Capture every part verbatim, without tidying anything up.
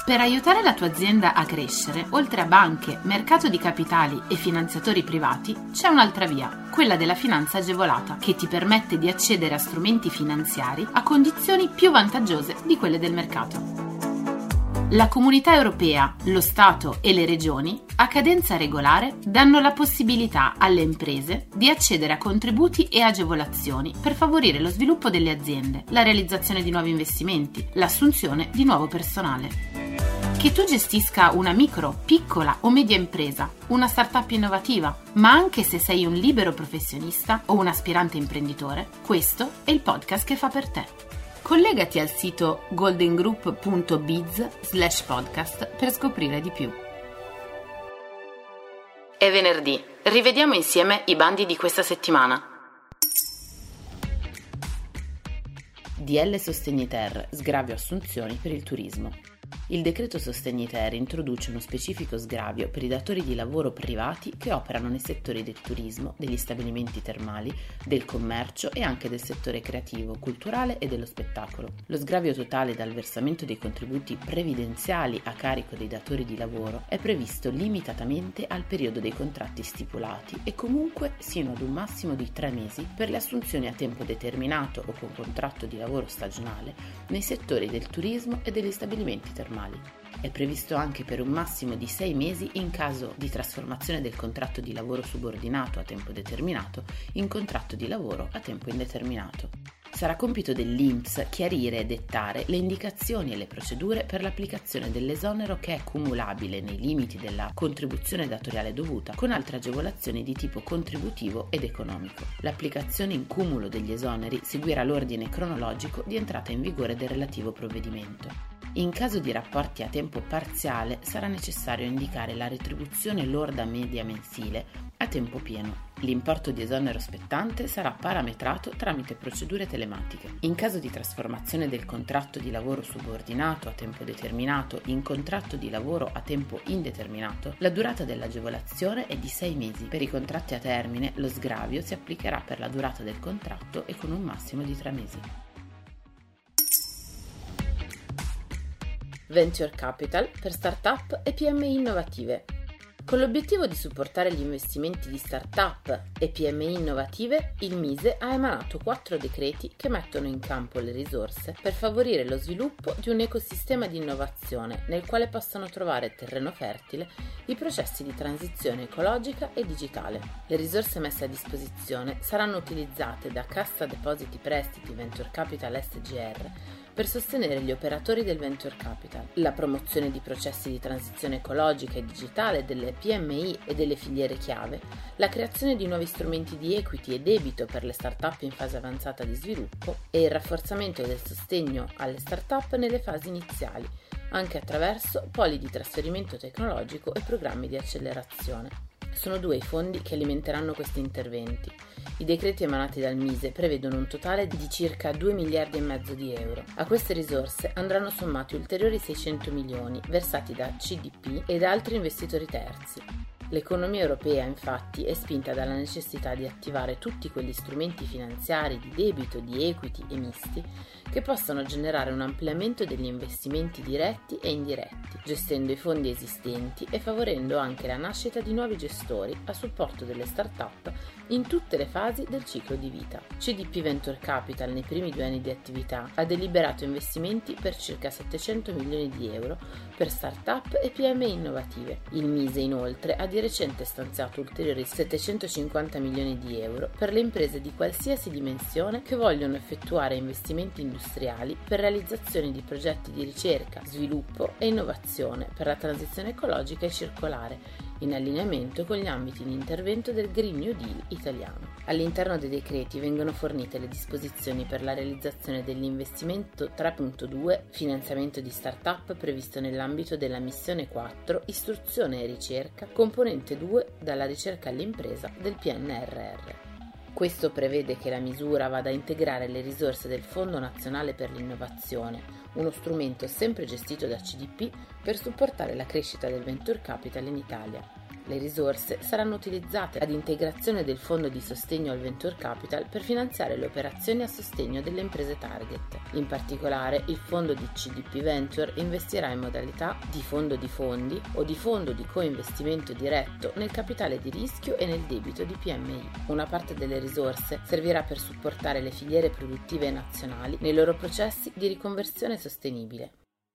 Per aiutare la tua azienda a crescere, oltre a banche, mercato di capitali e finanziatori privati, c'è un'altra via, quella della finanza agevolata, che ti permette di accedere a strumenti finanziari a condizioni più vantaggiose di quelle del mercato. La Comunità Europea, lo Stato e le Regioni, a cadenza regolare, danno la possibilità alle imprese di accedere a contributi e agevolazioni per favorire lo sviluppo delle aziende, la realizzazione di nuovi investimenti, l'assunzione di nuovo personale. Che tu gestisca una micro, piccola o media impresa, una startup innovativa, ma anche se sei un libero professionista o un aspirante imprenditore, questo è il podcast che fa per te. Collegati al sito goldengroup punto biz slash podcast per scoprire di più. È venerdì, rivediamo insieme i bandi di questa settimana. D L Sostegni-ter, sgravio assunzioni per il turismo. Il decreto Sostegni-ter introduce uno specifico sgravio per i datori di lavoro privati che operano nei settori del turismo, degli stabilimenti termali, del commercio e anche del settore creativo, culturale e dello spettacolo. Lo sgravio totale dal versamento dei contributi previdenziali a carico dei datori di lavoro è previsto limitatamente al periodo dei contratti stipulati e comunque sino ad un massimo di tre mesi per le assunzioni a tempo determinato o con contratto di lavoro stagionale nei settori del turismo e degli stabilimenti termali. È previsto anche per un massimo di sei mesi in caso di trasformazione del contratto di lavoro subordinato a tempo determinato in contratto di lavoro a tempo indeterminato. Sarà compito dell'I N P S chiarire e dettare le indicazioni e le procedure per l'applicazione dell'esonero che è cumulabile nei limiti della contribuzione datoriale dovuta con altre agevolazioni di tipo contributivo ed economico. L'applicazione in cumulo degli esoneri seguirà l'ordine cronologico di entrata in vigore del relativo provvedimento. In caso di rapporti a tempo parziale sarà necessario indicare la retribuzione lorda media mensile a tempo pieno. L'importo di esonero spettante sarà parametrato tramite procedure telematiche. In caso di trasformazione del contratto di lavoro subordinato a tempo determinato in contratto di lavoro a tempo indeterminato, la durata dell'agevolazione è di sei mesi. Per i contratti a termine, lo sgravio si applicherà per la durata del contratto e con un massimo di tre mesi. Venture Capital per start-up e P M I innovative. Con l'obiettivo di supportare gli investimenti di start-up e P M I innovative, il MISE ha emanato quattro decreti che mettono in campo le risorse per favorire lo sviluppo di un ecosistema di innovazione nel quale possano trovare terreno fertile i processi di transizione ecologica e digitale. Le risorse messe a disposizione saranno utilizzate da Cassa Depositi Prestiti Venture Capital S G R per sostenere gli operatori del Venture Capital, la promozione di processi di transizione ecologica e digitale delle P M I e delle filiere chiave, la creazione di nuovi strumenti di equity e debito per le start-up in fase avanzata di sviluppo e il rafforzamento del sostegno alle start-up nelle fasi iniziali, anche attraverso poli di trasferimento tecnologico e programmi di accelerazione. Sono due i fondi che alimenteranno questi interventi. I decreti emanati dal MISE prevedono un totale di circa due miliardi e mezzo di euro. A queste risorse andranno sommati ulteriori seicento milioni versati da C D P e da altri investitori terzi. L'economia europea, infatti, è spinta dalla necessità di attivare tutti quegli strumenti finanziari di debito, di equity e misti che possano generare un ampliamento degli investimenti diretti e indiretti, gestendo i fondi esistenti e favorendo anche la nascita di nuovi gestori a supporto delle start-up in tutte le fasi del ciclo di vita. C D P Venture Capital nei primi due anni di attività ha deliberato investimenti per circa settecento milioni di euro per start-up e P M I innovative. Il MISE inoltre ha di recente stanziato ulteriori settecentocinquanta milioni di euro per le imprese di qualsiasi dimensione che vogliono effettuare investimenti industriali per realizzazione di progetti di ricerca, sviluppo e innovazione per la transizione ecologica e circolare, in allineamento con gli ambiti di intervento del Green New Deal italiano. All'interno dei decreti vengono fornite le disposizioni per la realizzazione dell'investimento tre punto due, finanziamento di start-up previsto nell'ambito della missione quattro, istruzione e ricerca, componente due dalla ricerca all'impresa del P N R R. Questo prevede che la misura vada a integrare le risorse del Fondo Nazionale per l'Innovazione, uno strumento sempre gestito da C D P per supportare la crescita del venture capital in Italia. Le risorse saranno utilizzate ad integrazione del fondo di sostegno al venture capital per finanziare le operazioni a sostegno delle imprese target. In particolare, il fondo di C D P Venture investirà in modalità di fondo di fondi o di fondo di coinvestimento diretto nel capitale di rischio e nel debito di P M I. Una parte delle risorse servirà per supportare le filiere produttive nazionali nei loro processi di riconversione sostenibile.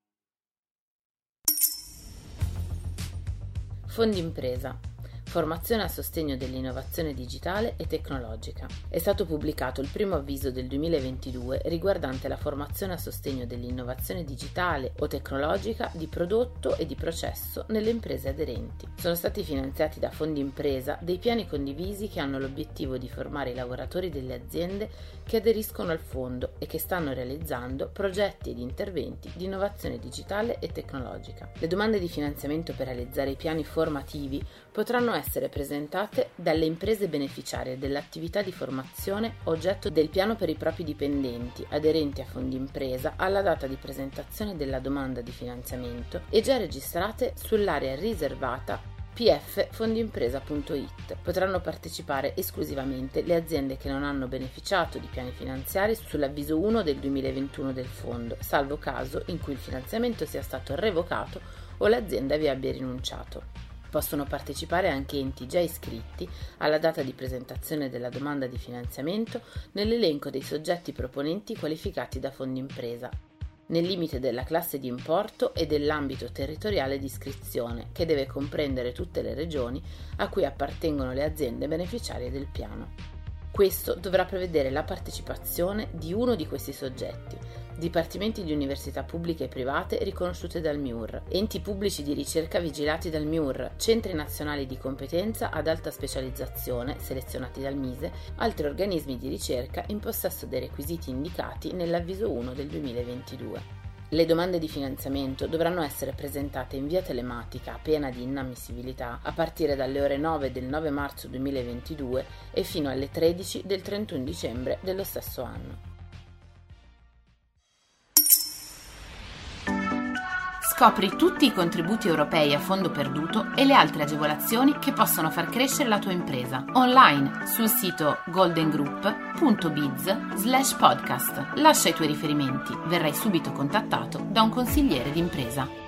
Fondi impresa. Formazione a sostegno dell'innovazione digitale e tecnologica. È stato pubblicato il primo avviso del duemilaventidue riguardante la formazione a sostegno dell'innovazione digitale o tecnologica di prodotto e di processo nelle imprese aderenti. Sono stati finanziati da Fondi Impresa dei piani condivisi che hanno l'obiettivo di formare i lavoratori delle aziende che aderiscono al fondo e che stanno realizzando progetti ed interventi di innovazione digitale e tecnologica. Le domande di finanziamento per realizzare i piani formativi potranno essere essere presentate dalle imprese beneficiarie dell'attività di formazione oggetto del piano per i propri dipendenti aderenti a Fondi Impresa alla data di presentazione della domanda di finanziamento e già registrate sull'area riservata p f fondimpresa punto i t. Potranno partecipare esclusivamente le aziende che non hanno beneficiato di piani finanziari sull'avviso uno del duemilaventuno del fondo, salvo caso in cui il finanziamento sia stato revocato o l'azienda vi abbia rinunciato. Possono partecipare anche enti già iscritti alla data di presentazione della domanda di finanziamento nell'elenco dei soggetti proponenti qualificati da Fondi Impresa, nel limite della classe di importo e dell'ambito territoriale di iscrizione, che deve comprendere tutte le regioni a cui appartengono le aziende beneficiarie del piano. Questo dovrà prevedere la partecipazione di uno di questi soggetti: dipartimenti di università pubbliche e private riconosciute dal M I U R, enti pubblici di ricerca vigilati dal M I U R, centri nazionali di competenza ad alta specializzazione selezionati dal MISE, altri organismi di ricerca in possesso dei requisiti indicati nell'avviso uno del duemilaventidue. Le domande di finanziamento dovranno essere presentate in via telematica a pena di inammissibilità a partire dalle ore nove del nove marzo duemilaventidue e fino alle tredici del trentuno dicembre dello stesso anno. Scopri tutti i contributi europei a fondo perduto e le altre agevolazioni che possono far crescere la tua impresa online sul sito goldengroup punto biz slash podcast. Lascia i tuoi riferimenti, verrai subito contattato da un consigliere d'impresa.